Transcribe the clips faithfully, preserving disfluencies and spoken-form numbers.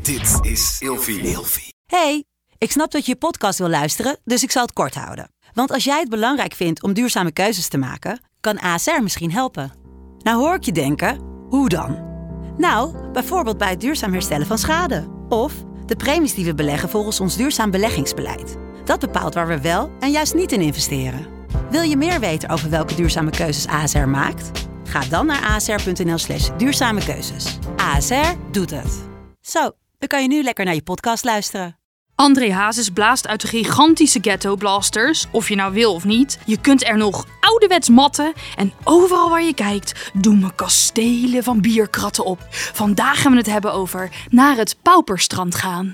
Dit is Ilfie. Hey, ik snap dat je je podcast wil luisteren, dus ik zal het kort houden. Want als jij het belangrijk vindt om duurzame keuzes te maken, kan A S R misschien helpen. Nou hoor ik je denken, hoe dan? Nou, bijvoorbeeld bij het duurzaam herstellen van schade. Of de premies die we beleggen volgens ons duurzaam beleggingsbeleid. Dat bepaalt waar we wel en juist niet in investeren. Wil je meer weten over welke duurzame keuzes A S R maakt? Ga dan naar asr.nl slash duurzame keuzes. A S R doet het. Zo, dan kan je nu lekker naar je podcast luisteren. André Hazes blaast uit de gigantische ghetto blasters, of je nou wil of niet. Je kunt er nog ouderwets matten en overal waar je kijkt doemen kastelen van bierkratten op. Vandaag gaan we het hebben over naar het Pauperstrand gaan.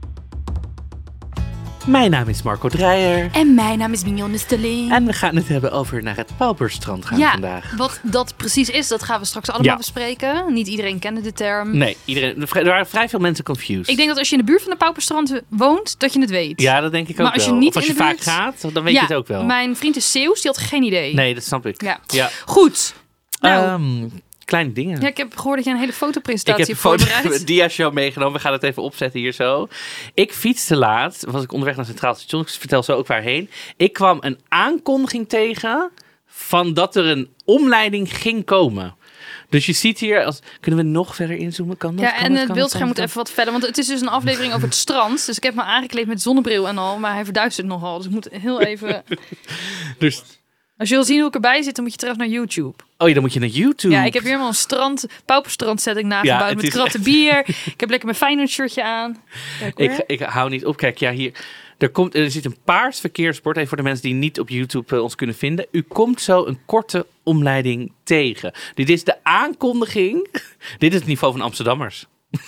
Mijn naam is Marco Dreyer. En mijn naam is Mignonne Stelling. En we gaan het hebben over naar het Pauperstrand gaan ja, vandaag. Wat dat precies is, dat gaan we straks allemaal ja. bespreken. Niet iedereen kende de term. Nee, iedereen, er waren vrij veel mensen confused. Ik denk dat als je in de buurt van de Pauperstrand woont, dat je het weet. Ja, dat denk ik ook maar als je wel. niet of als je in de vaak buurt... gaat, dan weet ja, je het ook wel. Mijn vriend is Zeeuws, die had geen idee. Nee, dat snap ik. Ja. ja. Goed. Nou... Um, Kleine dingen. Ja, ik heb gehoord dat je een hele fotopresentatie hebt Ik heb een voorbereid. foto, een dia-show meegenomen. We gaan het even opzetten hier zo. Ik fietste laat. Was ik onderweg naar Centraal Station. Ik vertel zo ook waarheen. Ik kwam een aankondiging tegen van dat er een omleiding ging komen. Dus je ziet hier, als, kunnen we nog verder inzoomen? Kan dat? Ja, kan en dat, het kan beeldscherm dat, moet even wat verder. Want het is dus een aflevering over het strand. Dus ik heb me aangekleed met zonnebril en al. Maar hij verduistert nogal. Dus ik moet heel even... dus... Als je wil zien hoe ik erbij zit, dan moet je terug naar YouTube. Oh ja, dan moet je naar YouTube. Ja, ik heb hier helemaal een strand, pauperstrand setting nagebouwd ja, met kratten bier. Ik heb lekker mijn Feyenoord shirtje aan. Kijk, ik, ik hou niet op. Kijk, ja, hier... Er, komt, er zit een paars verkeersbord. Even voor de mensen die niet op YouTube uh, ons kunnen vinden. U komt zo een korte omleiding tegen. Dit is de aankondiging. Dit is het niveau van Amsterdammers.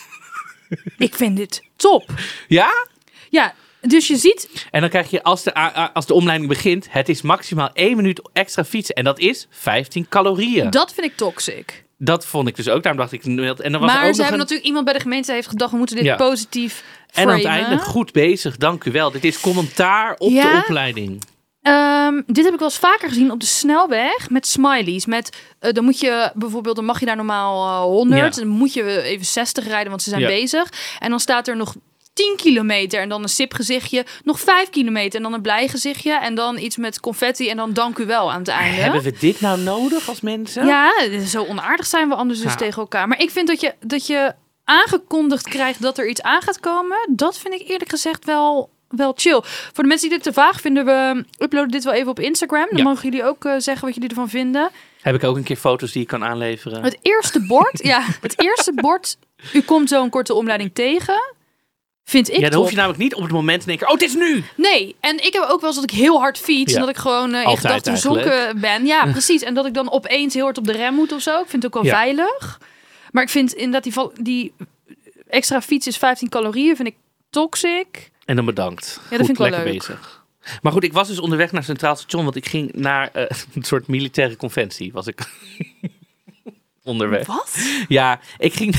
Ik vind dit top. Ja? Ja, dus je ziet... En dan krijg je, als de, als de omleiding begint, het is maximaal één minuut extra fietsen. En dat is vijftien calorieën. Dat vind ik toxic. Dat vond ik dus ook. Daarom dacht ik... En dan was maar er ook ze nog hebben een... natuurlijk iemand bij de gemeente heeft gedacht, we moeten dit ja. positief En framen. aan het einde, goed bezig, dank u wel. Dit is commentaar op ja? de opleiding. Um, dit heb ik wel eens vaker gezien op de snelweg met smileys. Met, uh, dan moet je bijvoorbeeld, dan mag je daar normaal uh, honderd. Ja. Dan moet je even zestig rijden, want ze zijn ja. bezig. En dan staat er nog tien kilometer en dan een sipgezichtje. Nog vijf kilometer en dan een blij gezichtje. En dan iets met confetti en dan dank u wel aan het einde. Hebben we dit nou nodig als mensen? Ja, zo onaardig zijn we anders dus ja. tegen elkaar. Maar ik vind dat je, dat je aangekondigd krijgt dat er iets aan gaat komen. Dat vind ik eerlijk gezegd wel... Wel chill. Voor de mensen die dit te vaag vinden, we uploaden dit wel even op Instagram. Dan ja. mogen jullie ook uh, zeggen wat jullie ervan vinden. Heb ik ook een keer foto's die ik kan aanleveren. Het eerste bord, ja, het eerste bord. U komt zo een korte omleiding tegen. Vind ik. Ja, dan top. hoef je namelijk niet op het moment te denken, oh, het is nu. Nee, en ik heb ook wel eens dat ik heel hard fiets. Ja. En dat ik gewoon uh, in gedachten verzonken ben. Ja, ja, precies. En dat ik dan opeens heel hard op de rem moet of zo. Ik vind het ook wel ja. veilig. Maar ik vind inderdaad die, die extra fiets is vijftien calorieën. Vind ik toxic. En dan bedankt. Ja, dat goed, vind ik wel lekker leuk. bezig. Maar goed, ik was dus onderweg naar Centraal Station, want ik ging naar uh, een soort militaire conventie. Was ik onderweg. Wat? Ja, ik ging,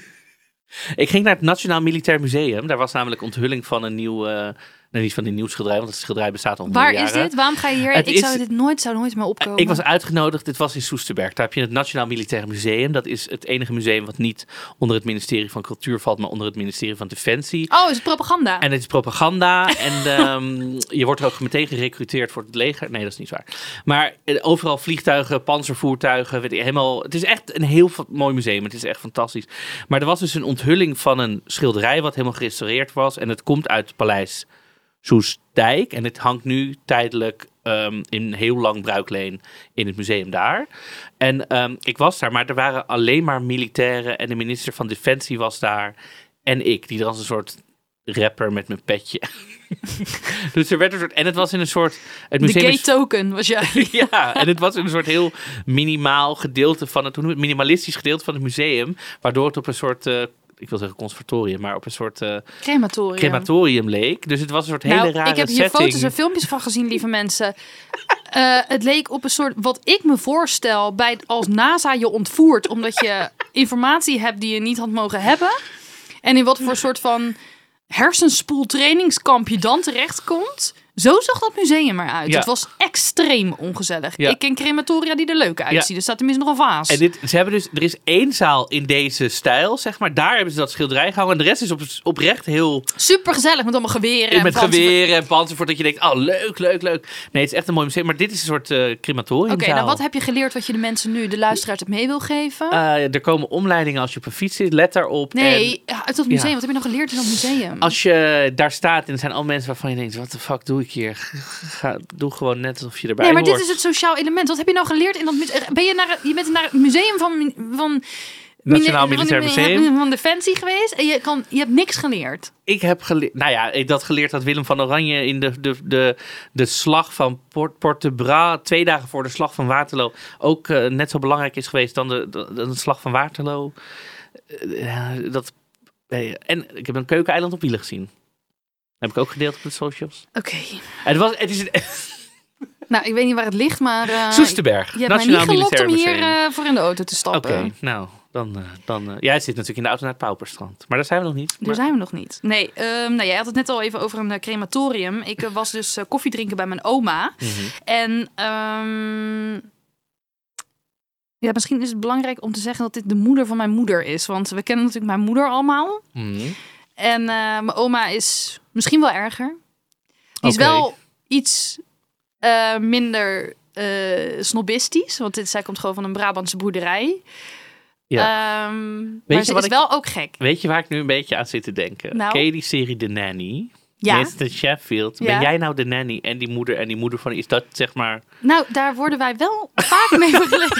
ik ging naar het Nationaal Militair Museum. Daar was namelijk onthulling van een nieuw... Uh, Nee, niet van die nieuw schilderij, want het schilderij bestaat al Waar jaren. is dit? Waarom ga je hier? Het ik is, zou dit nooit, zou nooit meer opkomen. Ik was uitgenodigd, dit was in Soesterberg. Daar heb je het Nationaal Militair Museum. Dat is het enige museum wat niet onder het ministerie van Cultuur valt, maar onder het ministerie van Defensie. Oh, is het propaganda? En het is propaganda. en um, je wordt ook meteen gerecruiteerd voor het leger. Nee, dat is niet waar. Maar overal vliegtuigen, panzervoertuigen. Weet je, helemaal, het is echt een heel mooi museum. Het is echt fantastisch. Maar er was dus een onthulling van een schilderij wat helemaal gerestaureerd was. En het komt uit het paleis Soestdijk. En het hangt nu tijdelijk um, in heel lang bruikleen in het museum daar. En um, ik was daar, maar er waren alleen maar militairen. En de minister van Defensie was daar. En ik, die er als een soort rapper met mijn petje. Dus er werd een soort... En het was in een soort... Het de museum gay is, token was jij. ja, en het was in een soort heel minimaal gedeelte van het... minimalistisch gedeelte van het museum. Waardoor het op een soort... Uh, ik wil zeggen conservatorium, maar op een soort uh, crematorium. crematorium leek. Dus het was een soort hele nou, rare ik heb hier setting. foto's en filmpjes van gezien, lieve mensen. Uh, het leek op een soort, wat ik me voorstel, bij als NASA je ontvoert, omdat je informatie hebt die je niet had mogen hebben. En in wat voor soort van hersenspoel trainingskamp je dan terechtkomt. Zo zag dat museum eruit. Ja. Het was extreem ongezellig. Ja. Ik ken crematoria die er leuk uitzien. Ja. Er staat tenminste nog een vaas. En dit, ze hebben dus, er is één zaal in deze stijl, zeg maar. Daar hebben ze dat schilderij gehangen. En de rest is op, oprecht heel... Super gezellig met allemaal geweren. En met panzer- geweren en panzervoort. Dat je denkt, oh leuk, leuk, leuk. Nee, het is echt een mooi museum. Maar dit is een soort uh, crematoriumzaal. Oké, nou wat heb je geleerd wat je de mensen nu, de luisteraars, het mee wil geven? Uh, er komen omleidingen als je op een fiets zit. Let daarop. nee, En uit dat museum. ja. Wat heb je nog geleerd in dat museum? als je daar staat en er zijn al mensen waarvan je denkt, wat de fuck doe ik hier? Ga, doe gewoon net alsof je erbij Nee, maar hoort. dit is het sociaal element. Wat heb je nou geleerd in dat museum? Ben je naar, je bent naar het museum van... van Nationaal mine- Militair van, Museum. Van Defensie geweest en je, kan, je hebt niks geleerd. Ik heb geleerd, nou ja, ik dat geleerd dat Willem van Oranje in de, de, de, de slag van Port, Port-de-Bras, twee dagen voor de slag van Waterloo, ook uh, net zo belangrijk is geweest dan de, de, de slag van Waterloo. Uh, dat, uh, en ik heb een keukeneiland op wielen gezien. Dat heb ik ook gedeeld op de socials. Oké. Okay. Het, was, het is een... Nou, ik weet niet waar het ligt, maar... Uh, Soesterberg, je hebt Nationaal mij niet gelokt Militair om Museum. hier uh, voor in de auto te stappen. Oké, okay, nou, dan... Uh, dan uh, jij zit natuurlijk in de auto naar het Pauperstrand. Maar daar zijn we nog niet. Daar maar... zijn we nog niet. Nee, um, nou, jij had het net al even over een uh, crematorium. Ik uh, was dus uh, koffie drinken bij mijn oma. Mm-hmm. En... Um, ja, misschien is het belangrijk om te zeggen dat dit de moeder van mijn moeder is. Want we kennen natuurlijk mijn moeder allemaal. Mm-hmm. En uh, mijn oma is misschien wel erger. Die is okay. wel iets uh, minder uh, snobistisch. Want dit, zij komt gewoon van een Brabantse boerderij. Ja. Um, maar ze is ik, wel ook gek. Weet je waar ik nu een beetje aan zit te denken? Nou? Ken je die serie The Nanny? Ja. mister Sheffield. Ja. Ben jij nou de nanny en die moeder en die moeder van... Is dat zeg maar... Nou, daar worden wij wel vaak mee vergeleken.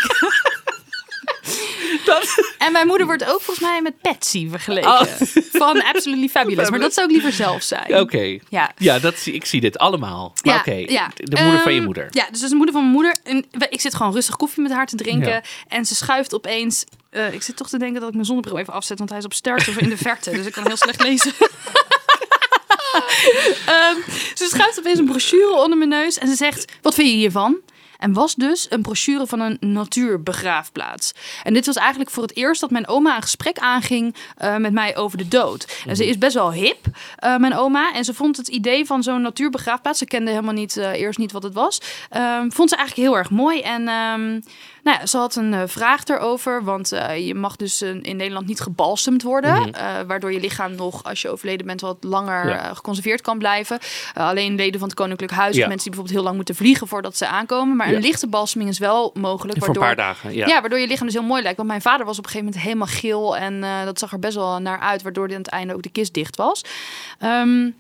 Dat... En mijn moeder wordt ook volgens mij met Patsy vergeleken. Oh. Van Absolutely Fabulous. Maar dat zou ik liever zelf zijn. Oké. Okay. Ja, ja dat zie, ik zie dit allemaal. Maar ja, oké, okay. ja. de moeder um, van je moeder. Ja, dus dat is de moeder van mijn moeder. En ik zit gewoon rustig koffie met haar te drinken. Ja. En ze schuift opeens... Uh, ik zit toch te denken dat ik mijn zonnebril even afzet. Want hij is op sterkte of in de verte. Dus ik kan heel slecht lezen. um, ze schuift opeens een brochure onder mijn neus. En ze zegt, wat vind je hiervan? En was dus een brochure van een natuurbegraafplaats. En dit was eigenlijk voor het eerst dat mijn oma een gesprek aanging uh, met mij over de dood. Mm-hmm. En ze is best wel hip, uh, mijn oma. En ze vond het idee van zo'n natuurbegraafplaats... ze kende helemaal niet, uh, eerst niet wat het was... Um, vond ze eigenlijk heel erg mooi. En um, nou ja, ze had een uh, vraag erover. Want uh, je mag dus uh, in Nederland niet gebalsemd worden. Mm-hmm. Uh, waardoor je lichaam nog, als je overleden bent... wat langer ja. uh, geconserveerd kan blijven. Uh, alleen leden van het Koninklijk Huis... Ja. mensen die bijvoorbeeld heel lang moeten vliegen voordat ze aankomen. Maar ja. een lichte balseming is wel mogelijk. Voor waardoor, een paar dagen, ja. Ja, waardoor je lichaam dus heel mooi lijkt. Want mijn vader was op een gegeven moment helemaal geel. En uh, dat zag er best wel naar uit. Waardoor hij aan het einde ook de kist dicht was. Um,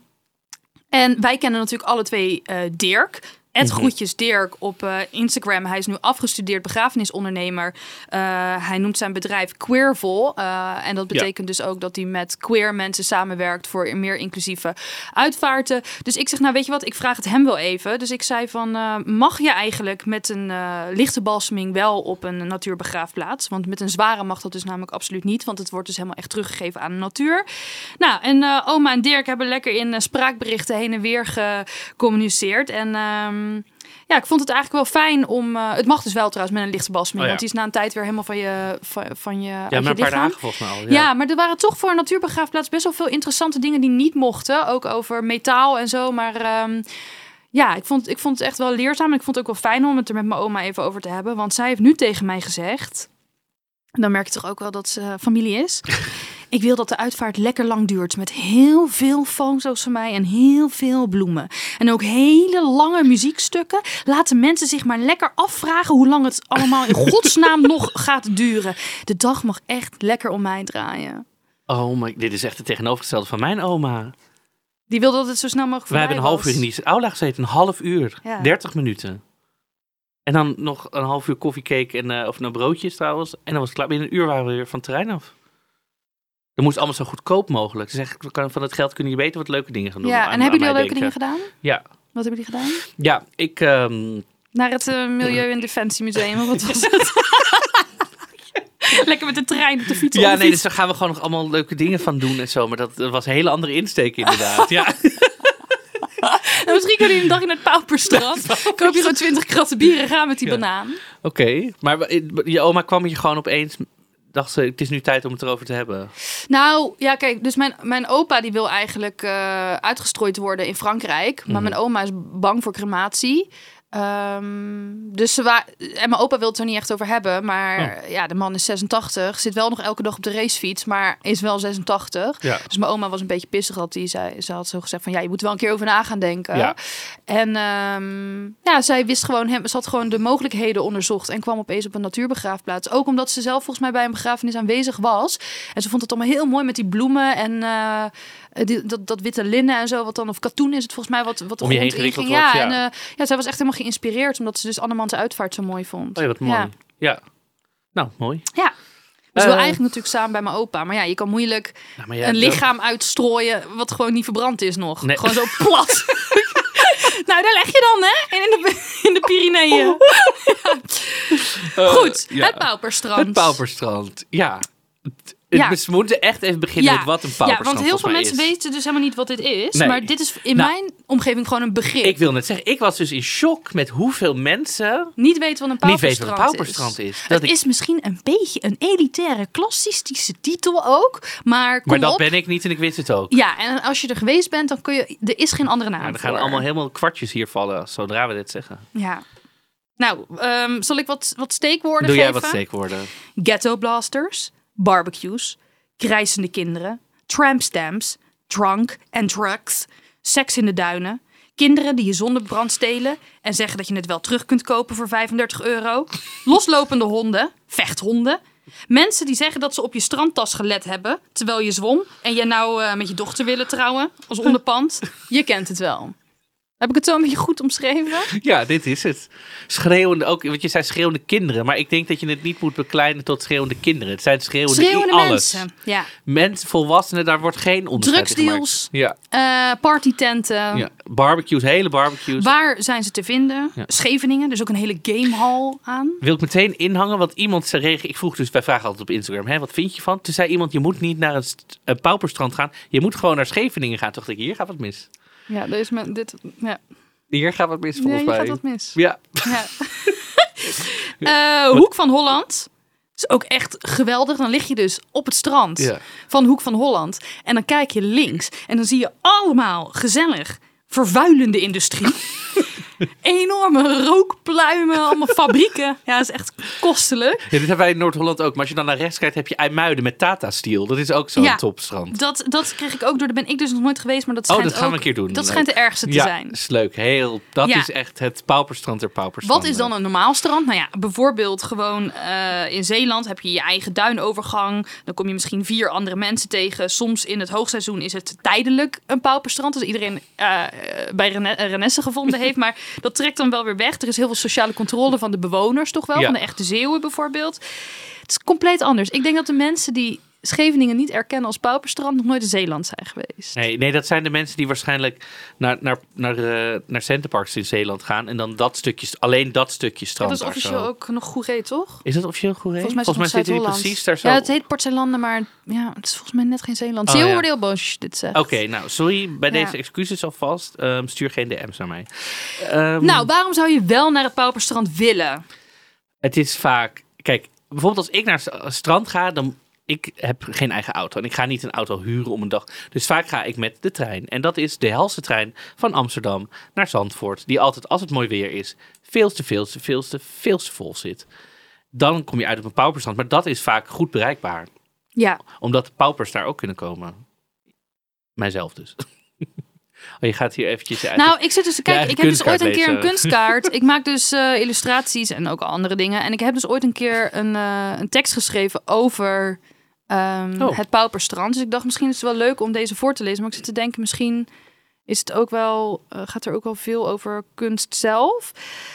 en wij kennen natuurlijk alle twee uh, Dirk... Het mm-hmm. groetjes Dirk op uh, Instagram. Hij is nu afgestudeerd begrafenisondernemer. Uh, hij noemt zijn bedrijf Queervol. Uh, en dat betekent ja. dus ook dat hij met queer mensen samenwerkt... voor een meer inclusieve uitvaarten. Dus ik zeg, nou weet je wat, ik vraag het hem wel even. Dus ik zei van, uh, mag je eigenlijk met een uh, lichte balseming... wel op een natuurbegraafplaats? Want met een zware mag dat dus namelijk absoluut niet. Want het wordt dus helemaal echt teruggegeven aan de natuur. Nou, en uh, oma en Dirk hebben lekker in uh, spraakberichten heen en weer gecommuniceerd. En... Um, Ja, ik vond het eigenlijk wel fijn om... Uh, het mag dus wel trouwens met een lichte balseming. Oh, ja. Want die is na een tijd weer helemaal van je van, van je Ja, maar een paar dagen volgens mij al. Ja. ja, maar er waren toch voor een natuurbegraafplaats... best wel veel interessante dingen die niet mochten. Ook over metaal en zo. Maar um, ja, ik vond, ik vond het echt wel leerzaam. En ik vond het ook wel fijn om het er met mijn oma even over te hebben. Want zij heeft nu tegen mij gezegd... Dan merk je toch ook wel dat ze familie is... Ik wil dat de uitvaart lekker lang duurt. Met heel veel foto's van mij en heel veel bloemen. En ook hele lange muziekstukken. Laten mensen zich maar lekker afvragen hoe lang het allemaal in godsnaam nog gaat duren. De dag mag echt lekker om mij draaien. Oh, maar dit is echt het tegenovergestelde van mijn oma. Die wilde dat het zo snel mogelijk voorbij was. Wij hebben een half uur in die aula gezeten. Een half uur. Ja. dertig minuten. En dan nog een half uur koffiecake en uh, of nou broodjes trouwens. En dan was het klaar. Binnen een uur waren we weer van het terrein af. Dat moest allemaal zo goedkoop mogelijk. Ze zeggen, van het geld kunnen je beter wat leuke dingen gaan doen. Ja, en hebben jullie al leuke dingen gedaan? Ja. Wat hebben jullie gedaan? Ja, ik... Um... Naar het uh, Milieu- en Defensiemuseum, of wat was het? Lekker met de trein op de fiets. Ja, nee, dus daar gaan we gewoon nog allemaal leuke dingen van doen en zo. Maar dat was een hele andere insteek inderdaad. Ja. Nou, misschien kunnen jullie een dag in het Pauperstrand. Koop je gewoon twintig kratten bier en ga met die ja. banaan. Oké, okay. Maar je oma kwam je gewoon opeens... dacht ze, het is nu tijd om het erover te hebben. Nou, ja, kijk, dus mijn, mijn opa die wil eigenlijk uh, uitgestrooid worden in Frankrijk. Maar mm. mijn oma is bang voor crematie. Um, dus ze wa- en mijn opa wil het er niet echt over hebben. Maar oh. ja, de man is zesentachtig. Zit wel nog elke dag op de racefiets, maar is wel zesentachtig. Ja. Dus mijn oma was een beetje pissig. Dat die zei, ze had zo gezegd van ja, je moet wel een keer over na gaan denken. Ja. En um, ja, zij wist gewoon hem. Ze had gewoon de mogelijkheden onderzocht en kwam opeens op een natuurbegraafplaats. Ook omdat ze zelf volgens mij bij een begrafenis aanwezig was. En ze vond het allemaal heel mooi met die bloemen en uh, die, dat, dat witte linnen en zo. Wat dan of katoen is het volgens mij wat wat de Om je grond heen gewikkeld inging. wordt. Ja, Ja, en uh, ja, zij was echt helemaal geïnspireerd omdat ze dus Annemans uitvaart zo mooi vond. Oh ja, wat mooi. Ja. ja. Nou, mooi. Ja. Dus uh, we eigenlijk natuurlijk samen bij mijn opa. Maar ja, je kan moeilijk nou, ja, een lichaam dat... uitstrooien wat gewoon niet verbrand is nog. Nee. Gewoon zo plat. Nou, daar leg je dan, hè? In de, in de Pyreneeën. Oh. Ja. Uh, Goed, ja. Het Pauperstrand. Het Pauperstrand, ja. Ja. We moeten echt even beginnen ja. met wat een pauperstrand is. Ja, want heel veel mensen is. weten dus helemaal niet wat dit is. Nee. Maar dit is in nou, mijn omgeving gewoon een begrip. Ik wil net zeggen, ik was dus in shock met hoeveel mensen niet weten wat een pauperstrand, niet weten wat een pauperstrand is. is. Dat het ik... is misschien een beetje een elitaire, klassistische titel ook. Maar kom Maar dat op. ben ik niet en ik wist het ook. Ja, en als je er geweest bent, dan kun je... Er is geen andere naam nou, er voor. gaan allemaal helemaal kwartjes hier vallen, zodra we dit zeggen. Ja. Nou, um, zal ik wat, wat steekwoorden Doe geven? Doe jij wat steekwoorden? Ghetto blasters, barbecues, krijsende kinderen, trampstamps, drunk en drugs, seks in de duinen, kinderen die je zonnebrand stelen en zeggen dat je het wel terug kunt kopen voor vijfendertig euro, loslopende honden, vechthonden, mensen die zeggen dat ze op je strandtas gelet hebben terwijl je zwom en je nou uh, met je dochter willen trouwen als onderpand. Je kent het wel. Heb ik het zo een beetje goed omschreven? Ja, dit is het. Schreeuwende, ook, want je zei schreeuwende kinderen. Maar ik denk dat je het niet moet bekleinen tot schreeuwende kinderen. Het zijn schreeuwende, schreeuwende alles. mensen. Ja. Mensen, volwassenen, daar wordt geen onderscheid in gemaakt. Drugsdeals, ja. uh, partytenten. Ja. Barbecues, hele barbecues. Waar zijn ze te vinden? Ja. Scheveningen, dus ook een hele gamehall aan. Wil ik meteen inhangen, want iemand zei regen. Ik vroeg dus, wij vragen altijd op Instagram, hè, wat vind je van? Toen zei iemand, je moet niet naar een, een pauperstrand gaan. Je moet gewoon naar Scheveningen gaan. Toen dacht ik, hier gaat wat mis. Ja, dus met dit. Ja. Hier gaat wat mis volgens ja, mij. hier gaat wat mis. Ja. ja. uh, Hoek van Holland is ook echt geweldig. Dan lig je dus op het strand ja. van Hoek van Holland en dan kijk je links en dan zie je allemaal gezellig vervuilende industrie. Enorme rookpluimen, allemaal fabrieken. Ja, dat is echt kostelijk. Ja, dit hebben wij in Noord-Holland ook. Maar als je dan naar rechts kijkt, heb je IJmuiden met Tata Steel. Dat is ook zo'n ja, topstrand. Dat, dat kreeg ik ook door. Daar ben ik dus nog nooit geweest, maar dat oh, schijnt dat gaan we ook, een keer doen. Dat schijnt de ergste te ja, zijn. Dat is leuk. Heel, dat ja. is echt het pauperstrand der pauperstrand. Wat is dan een normaal strand? Nou ja, bijvoorbeeld gewoon uh, in Zeeland heb je je eigen duinovergang. Dan kom je misschien vier andere mensen tegen. Soms in het hoogseizoen is het tijdelijk een pauperstrand. Dus iedereen uh, bij Rene- Renesse gevonden heeft. Maar dat trekt dan wel weer weg. Er is heel veel sociale controle van de bewoners toch wel. Ja. Van de echte Zeeuwen bijvoorbeeld. Het is compleet anders. Ik denk dat de mensen die Scheveningen niet erkennen als pauperstrand nog nooit in Zeeland zijn geweest. Nee, nee, dat zijn de mensen die waarschijnlijk naar, naar, naar, uh, naar Centerparks in Zeeland gaan. En dan dat stukje, alleen dat stukje strand. Ja, dat is officieel ook nog Goeree, toch? Is dat officieel Goeree? Volgens mij, volgens mij zit hij precies daar zo. Ja, het heet Port Zeelanden, maar ja, het is volgens mij net geen Zeeland. Oh, Zeeuwen ja. worden heel boos als je dit zegt. Oké, okay, nou, sorry. Bij ja. deze excuses alvast. Um, stuur geen D M's naar mij. Um, nou, waarom zou je wel naar het pauperstrand willen? Het is vaak... Kijk, bijvoorbeeld als ik naar het strand ga, dan... Ik heb geen eigen auto en ik ga niet een auto huren om een dag. Dus vaak ga ik met de trein. En dat is de helse trein van Amsterdam naar Zandvoort. Die altijd, als het mooi weer is, veel te, veel te, veel te, veel te vol zit. Dan kom je uit op een pauperstrand. Maar dat is vaak goed bereikbaar. Ja. Omdat de paupers daar ook kunnen komen. Mijzelf dus. Oh, je gaat hier eventjes uit. Nou, ik zit dus te kijken. Ik heb dus ooit een keer lezen. een kunstkaart. Ik maak dus uh, illustraties en ook andere dingen. En ik heb dus ooit een keer een, uh, een tekst geschreven over um, oh. het pauperstrand. Dus ik dacht, misschien is het wel leuk om deze voor te lezen. Maar ik zit te denken, misschien is het ook wel, uh, gaat er ook wel veel over kunst zelf.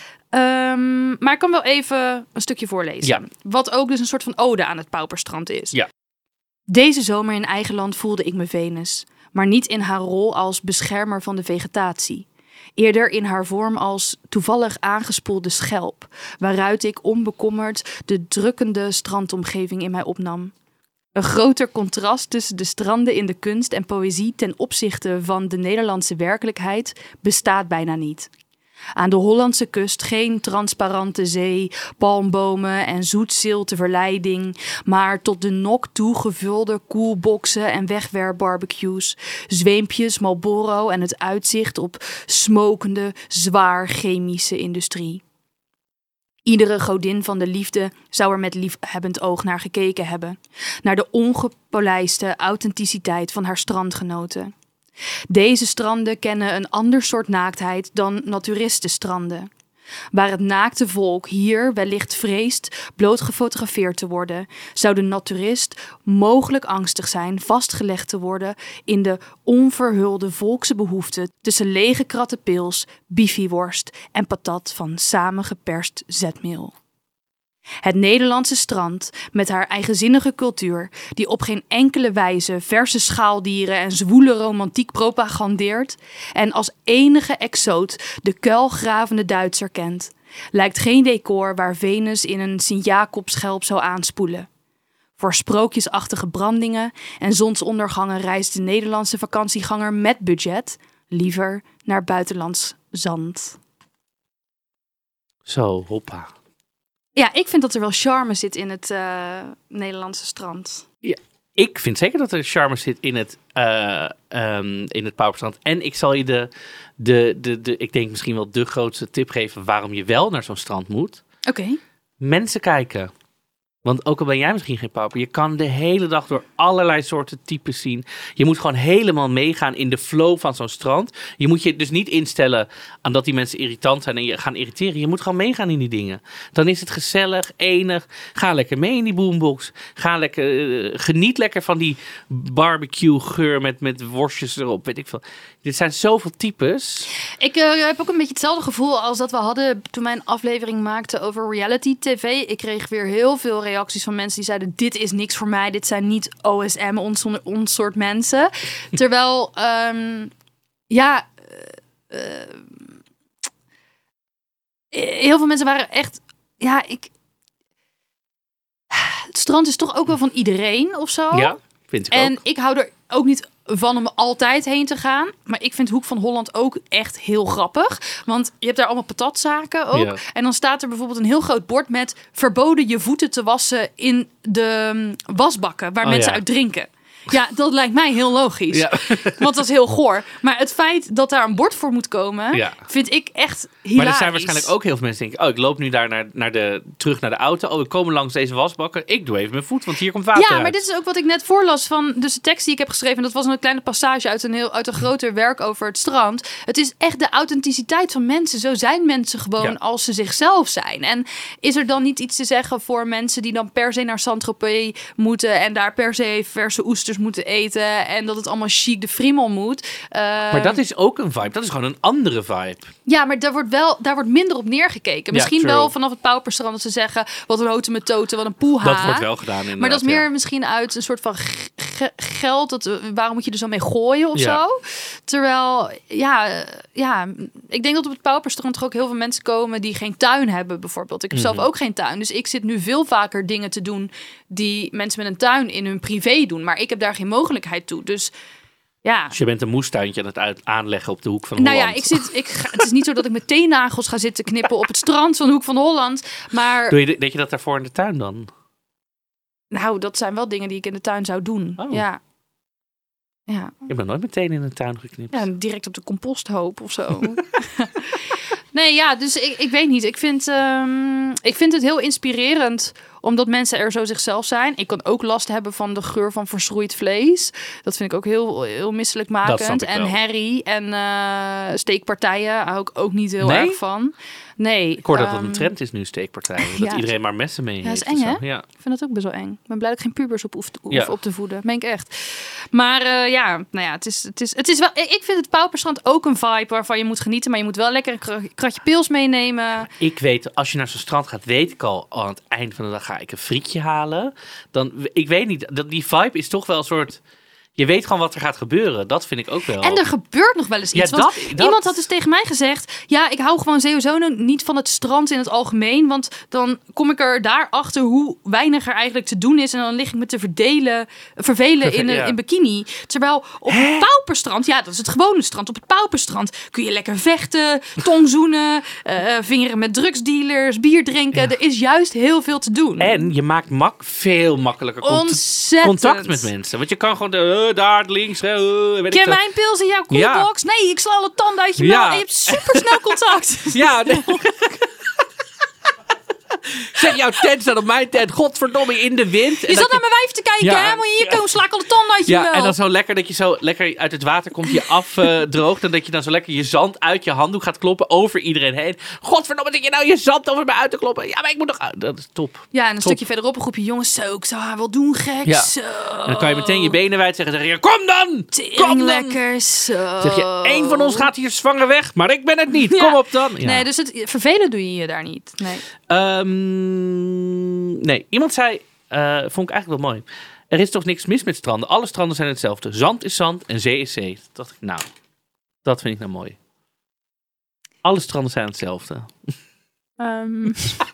Um, maar ik kan wel even een stukje voorlezen. Ja. Wat ook dus een soort van ode aan het pauperstrand is. Ja. Deze zomer in eigen land voelde ik me Venus. Maar niet in haar rol als beschermer van de vegetatie. Eerder in haar vorm als toevallig aangespoelde schelp, waaruit ik onbekommerd de drukkende strandomgeving in mij opnam. Een groter contrast tussen de stranden in de kunst en poëzie ten opzichte van de Nederlandse werkelijkheid bestaat bijna niet. Aan de Hollandse kust geen transparante zee, palmbomen en zoetzilte verleiding, maar tot de nok toe gevulde koelboxen en wegwerpbarbecues, zweempjes Marlboro en het uitzicht op smokende, zwaar chemische industrie. Iedere godin van de liefde zou er met liefhebbend oog naar gekeken hebben, naar de ongepolijste authenticiteit van haar strandgenoten. Deze stranden kennen een ander soort naaktheid dan naturistenstranden. Waar het naakte volk hier wellicht vreest bloot gefotografeerd te worden, zou de naturist mogelijk angstig zijn vastgelegd te worden in de onverhulde volkse behoeften tussen lege kratten pils, bifiworst en patat van samengeperst zetmeel. Het Nederlandse strand, met haar eigenzinnige cultuur, die op geen enkele wijze verse schaaldieren en zwoele romantiek propagandeert, en als enige exoot de kuilgravende Duitser kent, lijkt geen decor waar Venus in een Sint-Jacobsschelp zou aanspoelen. Voor sprookjesachtige brandingen en zonsondergangen reist de Nederlandse vakantieganger met budget liever naar buitenlands zand. Zo, hoppa. Ja, ik vind dat er wel charme zit in het uh, Nederlandse strand. Ja, ik vind zeker dat er charme zit in het, uh, um, in het Pauperstrand. En ik zal je de, de, de, de, ik denk misschien wel de grootste tip geven waarom je wel naar zo'n strand moet. Oké. Okay. Mensen kijken. Want ook al ben jij misschien geen pauper, je kan de hele dag door allerlei soorten types zien. Je moet gewoon helemaal meegaan in de flow van zo'n strand. Je moet je dus niet instellen aan dat die mensen irritant zijn en je gaan irriteren. Je moet gewoon meegaan in die dingen. Dan is het gezellig, enig. Ga lekker mee in die boombox. Ga lekker, uh, geniet lekker van die barbecue geur met, met worstjes erop. Weet ik veel. Dit zijn zoveel types. Ik uh, heb ook een beetje hetzelfde gevoel als dat we hadden toen wij een aflevering maakten over reality tv. Ik kreeg weer heel veel reacties van mensen die zeiden, dit is niks voor mij. Dit zijn niet O S M, ons, ons soort mensen. Terwijl, um, ja, uh, uh, heel veel mensen waren echt, ja, ik... Het strand is toch ook wel van iedereen of zo. Ja, vind ik en ook. ik hou er ook niet van om altijd heen te gaan. Maar ik vind Hoek van Holland ook echt heel grappig. Want je hebt daar allemaal patatzaken ook. Ja. En dan staat er bijvoorbeeld een heel groot bord met verboden je voeten te wassen in de wasbakken waar oh, mensen ja. uit drinken. Ja, dat lijkt mij heel logisch. Ja. Want dat is heel goor. Maar het feit dat daar een bord voor moet komen, ja. vind ik echt hilarisch. Maar er zijn waarschijnlijk ook heel veel mensen die denken, oh, ik loop nu daar naar, naar de, terug naar de auto. Oh, ik kom langs deze wasbakken. Ik doe even mijn voet, want hier komt water Ja, uit. maar dit is ook wat ik net voorlas van dus de tekst die ik heb geschreven. Dat was een kleine passage uit een, heel, uit een groter werk over het strand. Het is echt de authenticiteit van mensen. Zo zijn mensen gewoon ja. als ze zichzelf zijn. En is er dan niet iets te zeggen voor mensen die dan per se naar Saint-Tropez moeten en daar per se verse oesters moeten eten en dat het allemaal chic de friemel moet. Uh, maar dat is ook een vibe. Dat is gewoon een andere vibe. Ja, maar daar wordt wel daar wordt minder op neergekeken. Misschien ja, wel vanaf het Pauperstrand dat ze zeggen wat een houten met toten, wat een poelha. Dat wordt wel gedaan inderdaad. Maar dat is meer ja. misschien uit een soort van g- g- geld. Dat, waarom moet je er zo mee gooien of ja. zo? Terwijl, ja, ja, ik denk dat op het Pauperstrand toch ook heel veel mensen komen die geen tuin hebben bijvoorbeeld. Ik heb mm-hmm. zelf ook geen tuin. Dus ik zit nu veel vaker dingen te doen die mensen met een tuin in hun privé doen. Maar ik heb daar geen mogelijkheid toe. Dus ja. Dus je bent een moestuintje aan het uit- aanleggen op de Hoek van nou Holland. Nou ja, ik zit, ik ga, het is niet zo dat ik met teennagels ga zitten knippen op het strand van de Hoek van Holland. Maar Doe je, deed je dat daarvoor in de tuin dan? Nou, dat zijn wel dingen die ik in de tuin zou doen. Oh. Ja. Ja. Ik heb nog nooit meteen in een tuin geknipt. Ja, direct op de composthoop of zo. Nee, ja, dus ik, ik weet niet. Ik vind, um, ik vind het heel inspirerend omdat mensen er zo zichzelf zijn. Ik kan ook last hebben van de geur van verschroeid vlees. Dat vind ik ook heel, heel misselijkmakend. En herrie en uh, steekpartijen hou ik ook niet heel nee? erg van. Nee. Ik hoor um, dat het een trend is nu, steekpartijen. Dat ja, iedereen maar messen mee ja, heeft. Dat is eng, hè? Ja. Ik vind dat ook best wel eng. Ik ben blij dat ik geen pubers op hoef te, ja. op te voeden. Meen ik echt. Maar uh, ja, nou ja, het is, het, is, het is wel... Ik vind het Pauperstrand ook een vibe waarvan je moet genieten. Maar je moet wel lekker een kratje pils meenemen. Ik weet, als je naar zo'n strand gaat, weet ik al, al aan het eind van de dag ga ik een frietje halen. Dan, ik weet niet, dat die vibe is toch wel een soort... Je weet gewoon wat er gaat gebeuren. Dat vind ik ook wel. En er gebeurt nog wel eens iets. Ja, want dat, dat... Iemand had dus tegen mij gezegd... Ja, ik hou gewoon sowieso niet van het strand in het algemeen. Want dan kom ik er daarachter hoe weinig er eigenlijk te doen is. En dan lig ik me te verdelen, vervelen Verve- in een ja. in bikini. Terwijl op Hè? het Pauperstrand... Ja, dat is het gewone strand. Op het Pauperstrand kun je lekker vechten, tongzoenen... Uh, vingeren met drugsdealers, bier drinken. Ja. Er is juist heel veel te doen. En je maakt mak veel makkelijker cont- Ontzettend. contact met mensen. Want je kan gewoon de, uh, daar links. Uh, weet ik Ken veel. mijn pils in jouw koelbox? Nee, ik sla alle tanden uit je Ja. mel. En je hebt supersnel contact. Ja, nee. Zeg, jouw tent staat op mijn tent. Godverdomme, in de wind. Je zat naar mijn wijf te kijken, Ja. hè? Moet je hier komen, sla ik alle tanden uit je Ja, mel. en dan zo lekker dat je zo lekker uit het water komt, je afdroogt. en dat je dan zo lekker je zand uit je handdoek gaat kloppen over iedereen heen. Godverdomme, dat je nou je zand over mij uit te kloppen. Ja, maar ik moet nog uit. Dat is top. Ja, en een Top. stukje verderop een groepje jongens. Zo, ik zou haar wel doen, gek. Ja. Zo. En dan kan je meteen je benen wijd zeggen. Zeg je, kom dan! Tering Kom dan! lekker, zo. Zeg je, één van ons gaat hier zwanger weg, maar ik ben het niet. Ja. Kom op dan. Ja. Nee, dus het vervelen doe je je daar niet. Nee. Ehm, nee, iemand zei, eh, vond ik eigenlijk wel mooi. Er is toch niks mis met stranden? Alle stranden zijn hetzelfde. Zand is zand en zee is zee. Dat dacht ik, nou, dat vind ik nou mooi. Alle stranden zijn hetzelfde. Um,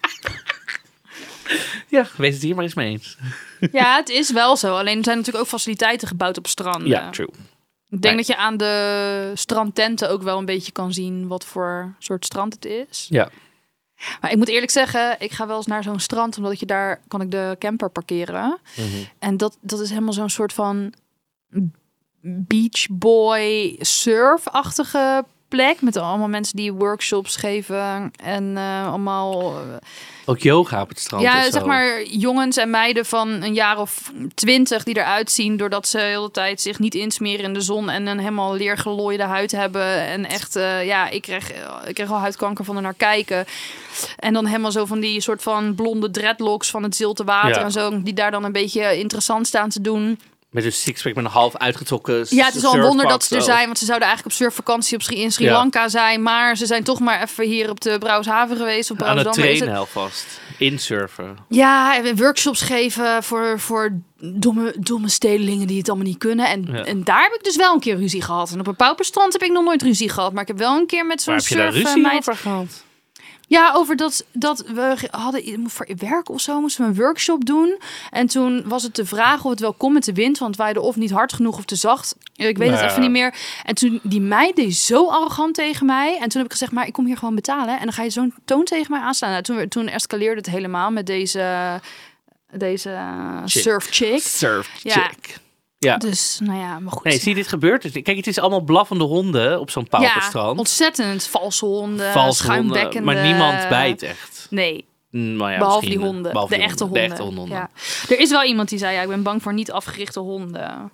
Ja, wees het hier maar eens mee eens. ja, het is wel zo. Alleen er zijn natuurlijk ook faciliteiten gebouwd op stranden. Ja, true. Ik denk Nee. dat je aan de strandtenten ook wel een beetje kan zien wat voor soort strand het is. Ja. Maar ik moet eerlijk zeggen, ik ga wel eens naar zo'n strand, omdat je daar kan ik de camper parkeren. Mm-hmm. En dat, dat is helemaal zo'n soort van beach boy surf-achtige plek. Met allemaal mensen die workshops geven. En uh, allemaal... Uh, Ook yoga op het strand. ja, en zo. zeg maar jongens en meiden van een jaar of twintig die eruit zien doordat ze de hele tijd zich niet insmeren in de zon en een helemaal leergelooide huid hebben. En echt, uh, ja, ik kreeg, ik kreeg al huidkanker van er naar kijken. En dan helemaal zo van die soort van blonde dreadlocks van het zilte water Ja. en zo, die daar dan een beetje interessant staan te doen. Met een sixpack met een half uitgetrokken Ja, het is wel een wonder dat ze er zo. zijn, want ze zouden eigenlijk op surfvakantie op Sri, in Sri Ja. Lanka zijn, maar ze zijn toch maar even hier op de Brouwershaven geweest. Op Aan het Brouwersdam. Is trainen alvast. Insurfen. Ja, en workshops geven voor, voor domme, domme stedelingen die het allemaal niet kunnen. En, Ja. en daar heb ik dus wel een keer ruzie gehad. En op een pauperstrand heb ik nog nooit ruzie gehad. Maar ik heb wel een keer met zo'n Waar heb je daar surf ruzie meid... over gehad? Ja, over dat, dat we hadden voor werk of zo moesten we een workshop doen. En toen was het de vraag of het wel kon met de wind. Want het waaide of niet hard genoeg of te zacht. Ik weet het Ja. even niet meer. En toen die meid deed zo arrogant tegen mij. En toen heb ik gezegd, maar ik kom hier gewoon betalen. En dan ga je zo'n toon tegen mij aanslaan. Nou, toen, toen escaleerde het helemaal met deze, deze Chick. surf chick. Surf Ja. chick. Ja. Dus, nou ja, maar goed. Nee, zie je, dit gebeurt dus. Kijk, het is allemaal blaffende honden op zo'n ja, pauperstrand. ontzettend. Valse honden, Valse honden, schuimbekkende. maar niemand bijt echt. Nee, Mm, maar ja, behalve misschien, die honden. behalve de, die echte honden. honden. De echte honden. Ja. Er is wel iemand die zei, ja, ik ben bang voor niet afgerichte honden.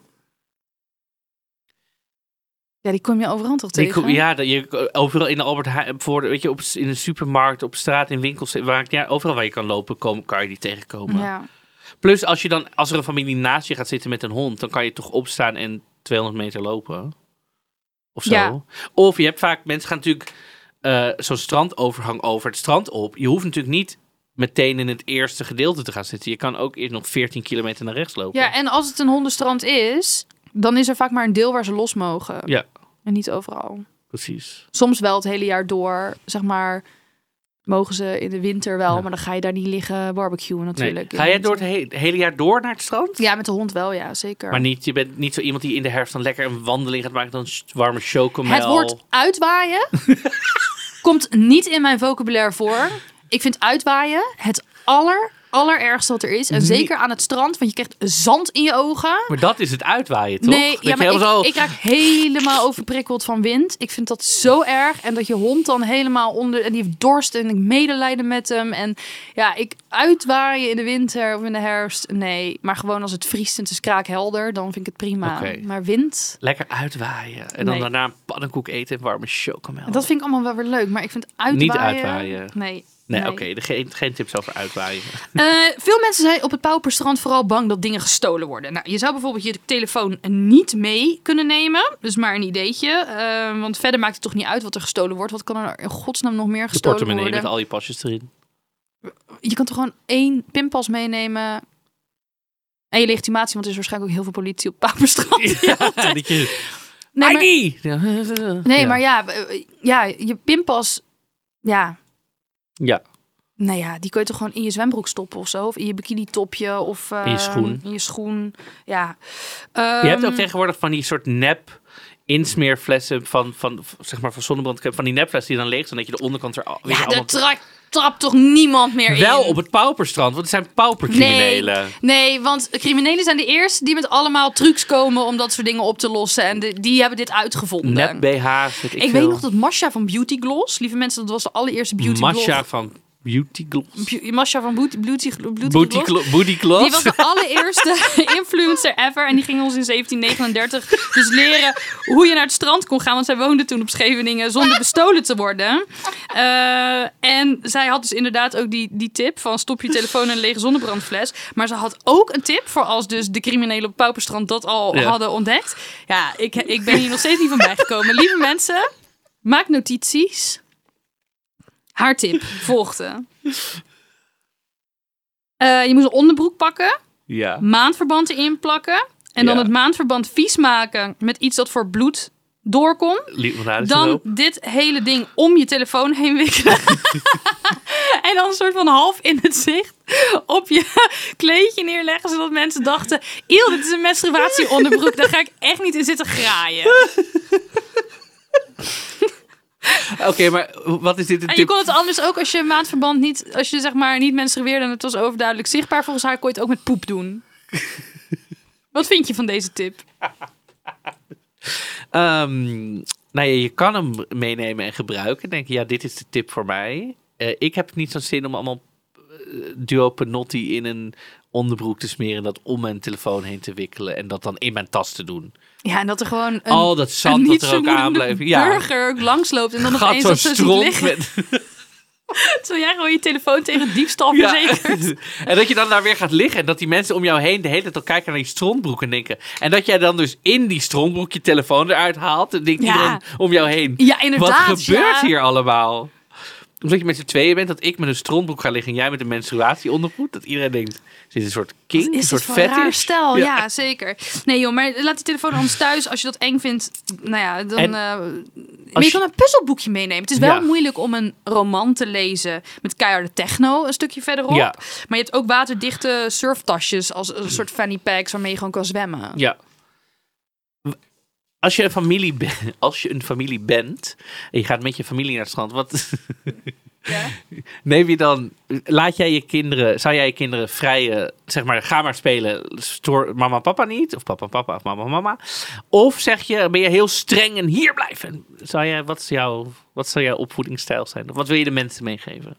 Ja, die kom je overal toch Die tegen? kom- ja, dat je, overal in de Albert Heijn, voor, weet je, op, in een supermarkt, op straat, in winkels, waar, ja, overal waar je kan lopen, kom, kan je die tegenkomen. Ja. Plus, als, je dan, als er een familie naast je gaat zitten met een hond, dan kan je toch opstaan en tweehonderd meter lopen. Of zo. Ja. Of je hebt vaak, mensen gaan natuurlijk uh, zo'n strandovergang over het strand op. Je hoeft natuurlijk niet meteen in het eerste gedeelte te gaan zitten. Je kan ook eerst nog veertien kilometer naar rechts lopen. ja, en als het een hondenstrand is, dan is er vaak maar een deel waar ze los mogen. Ja, En niet overal. precies. Soms wel het hele jaar door, zeg maar, mogen ze in de winter wel, Ja. maar dan ga je daar niet liggen barbecuen Nee. natuurlijk. Ga jij door het he- hele jaar door naar het strand? Ja, met de hond wel, ja, zeker. Maar niet, je bent niet zo iemand die in de herfst dan lekker een wandeling gaat maken, dan sh- warme chocomel. Het woord uitwaaien komt niet in mijn vocabulaire voor. Ik vind uitwaaien het aller, allerergste wat er is. En Nee. zeker aan het strand, want je krijgt zand in je ogen. Maar dat is het uitwaaien, toch? Nee, Dat ja, je maar helemaal ik, zo- ik raak helemaal overprikkeld van wind. Ik vind dat zo erg. En dat je hond dan helemaal onder... En die heeft dorst en ik medelijden met hem. En ja, ik uitwaaien in de winter of in de herfst. Nee, maar gewoon als het vriest en het is kraakhelder, dan vind ik het prima. Oké. Maar wind, Lekker uitwaaien. En dan Nee. daarna een pannenkoek eten en warme chocomel. dat vind ik allemaal wel weer leuk. Maar ik vind uitwaaien... Niet uitwaaien. Nee. Nee, nee. oké. er Geen, geen tips over uitwaaien. Uh, veel mensen zijn op het Pauperstrand vooral bang dat dingen gestolen worden. Nou, je zou bijvoorbeeld je telefoon niet mee kunnen nemen. Dus maar een ideetje. Uh, want verder maakt het toch niet uit wat er gestolen wordt. Wat kan er in godsnaam nog meer De gestolen portemonnee worden? met al je pasjes erin. Je kan toch gewoon één pinpas meenemen. En je legitimatie, want er is waarschijnlijk ook heel veel politie op Pauperstrand. Ja, dat je... Nee, maar, I D! nee ja. maar ja, ja, je pinpas, ja. Ja. Nou ja, die kun je toch gewoon in je zwembroek stoppen of zo? Of in je bikini topje of uh, in je schoen. In je schoen, ja. Um, je hebt ook tegenwoordig van die soort nep insmeerflessen van, van, zeg maar, van zonnebrandcrème. Van die nepflessen die dan leeg zijn, dat je de onderkant er weer ja, allemaal... tra- trapt toch niemand meer in? Wel op het pauperstrand, want het zijn paupercriminelen. Nee, nee, want criminelen zijn de eerste die met allemaal trucs komen om dat soort dingen op te lossen. En de, die hebben dit uitgevonden. Nep-B H's, weet ik, ik veel. weet nog dat Masha van Beauty Gloss, lieve mensen, dat was de allereerste beauty Masha blog. van Beauty Gloss. Bu- Masha van Beauty, beauty, beauty, Booty Gloss. Gloss. Booty Gloss. Die was de allereerste influencer ever. En die ging ons in zeventien negenendertig dus leren hoe je naar het strand kon gaan. Want zij woonde toen op Scheveningen zonder bestolen te worden. Uh, en zij had dus inderdaad ook die, die tip van stop je telefoon in een lege zonnebrandfles. Maar ze had ook een tip voor als dus de criminelen op Pauperstrand dat al Ja. hadden ontdekt. Ja, ik, ik ben hier nog steeds niet van bijgekomen. Lieve mensen, maak notities. Haar tip volgde. Uh, je moest een onderbroek pakken. Ja. Maandverband erin plakken. En dan Ja. het maandverband vies maken met iets dat voor bloed doorkomt. Dan dit hele ding om je telefoon heen wikkelen. En dan een soort van half in het zicht op je kleedje neerleggen. Zodat mensen dachten, eeuw, dit is een menstruatieonderbroek. Daar ga ik echt niet in zitten graaien. Oké, okay, maar wat is dit een En tip? je kon het anders ook als je maandverband niet, als je zeg maar niet menstrueerde en het was overduidelijk zichtbaar. Volgens haar kon je het ook met poep doen. Wat vind je van deze tip? Um, nou ja, je kan hem meenemen en gebruiken. Denk je, ja, dit is de tip voor mij. Uh, ik heb niet zo'n zin om allemaal uh, duo penotti in een onderbroek te smeren, dat om mijn telefoon heen te wikkelen en dat dan in mijn tas te doen. Ja, en dat er gewoon een, al dat zand dat er ook aan blijft. Ja. burger ook langsloopt en dan nog Gat eens zo dat ze ziet stront liggen. met... Terwijl jij gewoon je telefoon tegen diefstal Ja. verzekert. En dat je dan daar weer gaat liggen en dat die mensen om jou heen de hele tijd al kijken naar die strontbroek en denken. En dat jij dan dus in die strontbroek je telefoon eruit haalt en denkt Ja. iedereen om jou heen. Ja, inderdaad. Wat gebeurt ja. hier allemaal? Omdat je met z'n tweeën bent, dat ik met een strontbroek ga liggen en jij met een menstruatieonderbroek. Dat iedereen denkt, is dit een soort king, Is een dit soort voor een raar fetish? stel? Ja. Ja. zeker. Nee joh, maar laat die telefoon anders thuis. Als je dat eng vindt, nou ja, dan... En Uh, maar als je je- kan een puzzelboekje meenemen. Het is wel Ja. moeilijk om een roman te lezen met keiharde techno een stukje verderop. Ja. Maar je hebt ook waterdichte surftasjes als een soort fanny packs waarmee je gewoon kan zwemmen. Ja. Als je een familie, be- als je een familie bent en je gaat met je familie naar het strand, wat Ja? neem je dan? Laat jij je kinderen, zou jij je kinderen vrije, zeg maar, ga maar spelen, stoor mama en papa niet, of papa en papa of mama en mama, of zeg je, ben je heel streng en hier blijven? Zou jij, wat is jouw, wat zou jouw opvoedingsstijl zijn? Of wat wil je de mensen meegeven?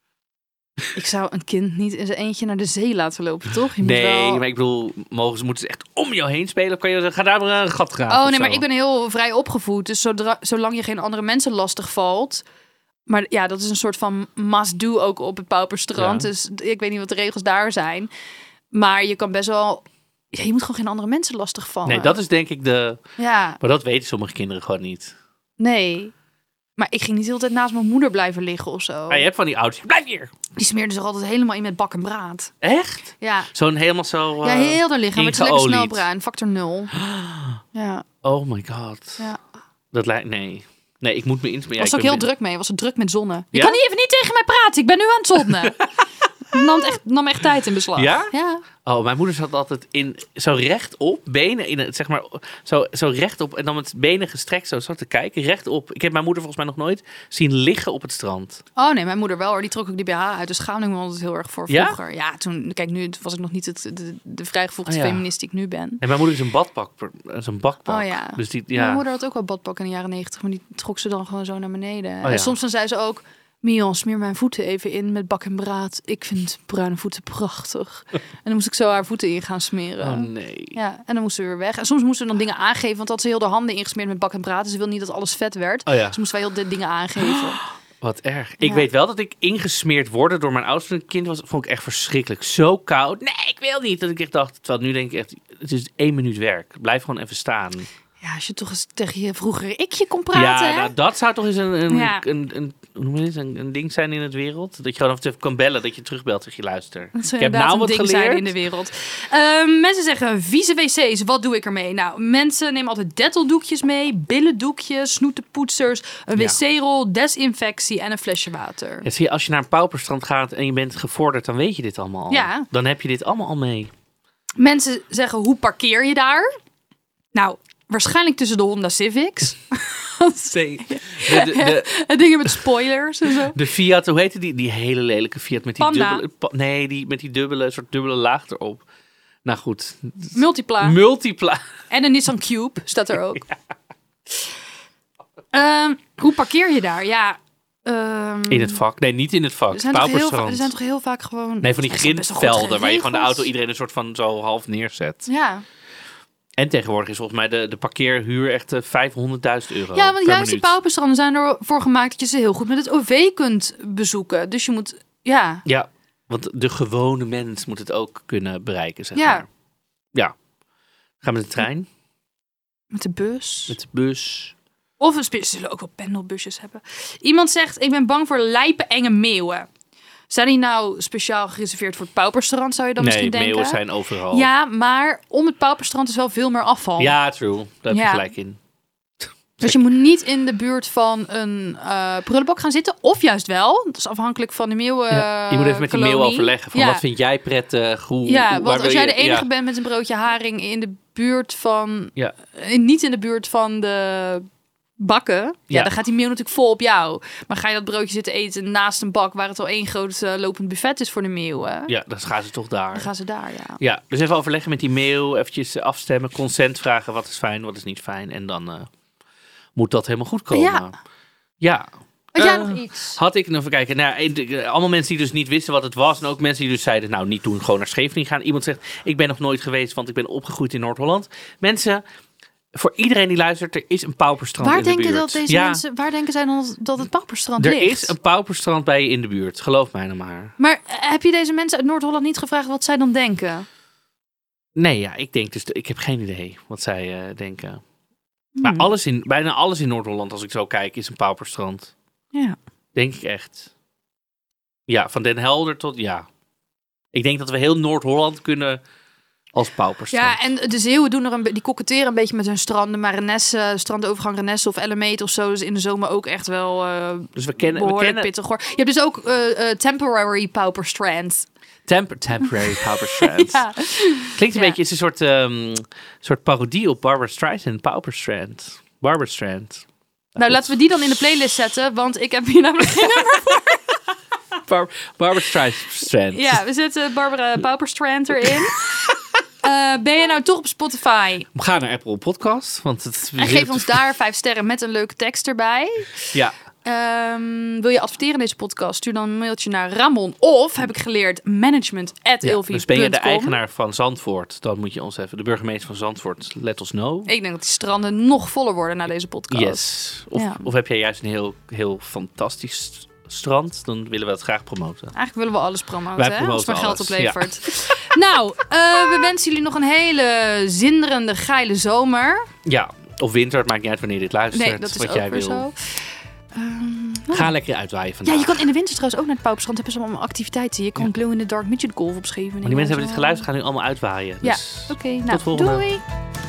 Ik zou een kind niet in zijn eentje naar de zee laten lopen, toch? Je moet Nee, wel... maar ik bedoel, mogen ze moeten ze echt om jou heen spelen? Of kan je zeggen, ga daar maar een gat graven? Oh of nee, zo? maar ik ben heel vrij opgevoed. Dus zodra, zolang je geen andere mensen lastig valt. Maar ja, dat is een soort van must-do ook op het Pauperstrand. Ja. Dus ik weet niet wat de regels daar zijn. Maar je kan best wel... Ja, je moet gewoon geen andere mensen lastig vallen. Nee, dat is denk ik de... Ja, Maar dat weten sommige kinderen gewoon niet. nee. Maar ik ging niet de hele tijd naast mijn moeder blijven liggen of zo. Maar je hebt van die ouders, blijf hier. Die smeerde zich altijd helemaal in met bak en braad. Echt? Ja, Zo'n helemaal zo... ja uh, heel daar liggen. Maar het is lekker snel ingeolied. bruin. Factor nul. Ja, Oh my god. ja. Dat lijkt... Nee. Nee, ik moet me insmeren. Was Ja, ook ik heel ben- druk mee. Was het druk met zonne. Je Ja? kan niet even niet tegen mij praten. Ik ben nu aan het zonnen. nam, echt, nam echt tijd in beslag. Ja? Ja. Oh, mijn moeder zat altijd in... Zo rechtop, benen in het... Zeg maar, zo, zo rechtop en dan met benen gestrekt zo, zo te kijken. Rechtop. Ik heb mijn moeder volgens mij nog nooit zien liggen op het strand. Oh nee, mijn moeder wel hoor. Die trok ook die B H uit. Dus schaamde ik me altijd heel erg voor Ja? vroeger. Ja, toen... Kijk, nu was ik nog niet het, de, de vrijgevoegde Oh ja. feminist die ik nu ben. En mijn moeder is een badpak. Zo'n bakpak. Oh ja. Dus die, Mijn ja. moeder had ook wel badpak in de jaren negentig. Maar die trok ze dan gewoon zo naar beneden. Oh ja. En soms dan zei ze ook... Mion, smeer mijn voeten even in met bak en braad. Ik vind bruine voeten prachtig. En dan moest ik zo haar voeten in gaan smeren. Oh nee. Ja, en dan moesten we weer weg. En soms moesten we dan dingen aangeven, want had ze heel de handen ingesmeerd met bak en braad. Dus ze wilde niet dat alles vet werd. Oh ja. Dus moesten wij heel de dingen aangeven. Wat erg. Ik Ja. weet wel dat ik ingesmeerd worden door mijn ouders toen ik kind was, vond ik echt verschrikkelijk. Zo koud. Nee, ik wil niet. Dat ik echt dacht, terwijl nu denk ik echt, het is één minuut werk. Blijf gewoon even staan. Ja, als je toch eens tegen je vroegere ikje kon praten, Ja, hè? nou, dat zou toch eens een, een, Ja. een, een, hoe noem je dit? Een, een ding zijn in het wereld. Dat je gewoon af en toe kan bellen, dat je terugbelt tegen je luister. Dat zou Ik heb inderdaad nou een wat ding geleerd. zijn in de wereld. Ehm, mensen zeggen, vieze wc's, wat doe ik ermee? Nou, mensen nemen altijd detteldoekjes mee, billendoekjes, snoetenpoetsers, een Ja. wc-rol, desinfectie en een flesje water. Ja, zie je, als je naar een pauperstrand gaat en je bent gevorderd, dan weet je dit allemaal al. Ja. Dan heb je dit allemaal al mee. Mensen zeggen, hoe parkeer je daar? Nou, waarschijnlijk tussen de Honda Civics. Nee. De, de, de, En dingen met spoilers en zo. de Fiat, hoe heette die? Die hele lelijke Fiat met die Panda. dubbele... Pa, nee, die met die dubbele, soort dubbele laag erop. Nou goed. Multipla. Multipla. En een Nissan Cube staat er ook. Ehm, hoe parkeer je daar? Ja. ehm, In het vak. Nee, niet in het vak. er zijn, toch heel, va- Pauperstrand. er zijn toch heel vaak gewoon... Nee, van die Er zijn best wel goed grindvelden waar je gewoon de geregeld. auto iedereen een soort van zo half neerzet. Ja. En tegenwoordig is volgens mij de, de parkeerhuur echt uh, vijfhonderdduizend euro Ja, want per juist die minuut. pauperstranden zijn ervoor gemaakt dat je ze heel goed met het O V kunt bezoeken. Dus je moet, ja, Ja, want de gewone mens moet het ook kunnen bereiken, zeg Ja. maar. Ja. Gaan we met de trein, met de bus. met de bus. Of een spe- ze zullen ook wel pendelbusjes hebben. Iemand zegt, ik ben bang voor lijpe enge meeuwen. Zijn die nou speciaal gereserveerd voor het pauperstrand, zou je dan Nee, misschien denken? meeuwen zijn overal. Ja, maar om het pauperstrand is wel veel meer afval. Ja, true. Daar heb je Ja. gelijk in. Dus je moet niet in de buurt van een eh prullenbak gaan zitten. Of juist wel. Dat is afhankelijk van de meeuwen. Ja. Je moet even met die kolonie. meeuw overleggen. Van Ja. wat vind jij prettig? Hoe, Ja, waar want wil als jij je- de enige ja. bent met een broodje haring in de buurt van... Ja. eh, niet in de buurt van de bakken... Ja, Ja. dan gaat die meeuw natuurlijk vol op jou. Maar ga je dat broodje zitten eten naast een bak... waar het al één groot eh, lopend buffet is voor de meeuwen... Ja, dan gaan ze toch daar. dan gaan ze daar, ja. Ja, dus even overleggen met die mail, eventjes afstemmen, consent vragen, wat is fijn, wat is niet fijn. En dan uh, moet dat helemaal goed komen. Ja. Ja. Had jij Uh, nog iets? Had ik nog even kijken. Nou, eh, allemaal mensen die dus niet wisten wat het was. En ook mensen die dus zeiden, nou niet doen, gewoon naar Scheveningen gaan. Iemand zegt, ik ben nog nooit geweest, want ik ben opgegroeid in Noord-Holland. Mensen, voor iedereen die luistert, er is een pauperstrand Waar in de denken, buurt. dat deze Ja, mensen, waar denken zij dan dat het pauperstrand er ligt? is een pauperstrand bij je in de buurt. Geloof mij nou maar. Maar eh, heb je deze mensen uit Noord-Holland niet gevraagd wat zij dan denken? Nee, ja, ik denk dus, ik heb geen idee wat zij uh, denken. Hmm. Maar alles in, bijna alles in Noord-Holland, als ik zo kijk, is een pauperstrand. Ja. Denk ik echt. Ja, van Den Helder tot, ja. Ik denk dat we heel Noord-Holland kunnen als pauperstrand. Ja, en de Zeeuwen doen er een, be- die koketteren een beetje met hun stranden. Maar Renesse, strandovergang Renesse of Ellemeet of zo is in de zomer ook echt wel uh, Dus we kennen, we behoorlijk kennen pittig hoor. Je hebt dus ook uh, uh, temporary pauperstrands. temp- temporary pauperstrand. Ja. Klinkt een Ja. beetje, is een soort, um, soort parodie op Barbara Streisand, pauperstrand. Barbara Strand. Nou, laten we die dan in de playlist zetten, want ik heb hier namelijk geen nummer voor. Bar- Barbara Streisand. Ja, we zetten Barbara Pauperstrand erin. Uh, ben je nou toch op Spotify? Ga naar Apple Podcast, want het En geef ons daar vijf sterren met een leuke tekst erbij. Ja. Um, wil je adverteren in deze podcast? Stuur dan een mailtje naar Ramon. Of, heb ik geleerd, management at Ja, ilvi punt com. dus ben je de eigenaar van Zandvoort, dan moet je ons even, de burgemeester van Zandvoort, let ons know. Ik denk dat die stranden nog voller worden na deze podcast. Yes. Of, Ja. of heb jij juist een heel, heel fantastisch strand, dan willen we het graag promoten. Eigenlijk willen we alles promoten, Wij hè, als het maar promoten geld alles, oplevert. Nou, uh, we wensen jullie nog een hele zinderende, geile zomer. Ja, of winter, het maakt niet uit wanneer je dit luistert, Nee, dat is wat ook jij weer wil. zo. Um, Ga lekker uitwaaien vandaag. ja, je kan in de winter trouwens ook naar het Pauperstrand. Hebben ze allemaal activiteiten. Je kan glow in the dark midget golf op Scheveningen. Maar die mensen en hebben dit zo. geluisterd, gaan nu allemaal uitwaaien. Ja, Dus oké. tot nou, volgende. doei.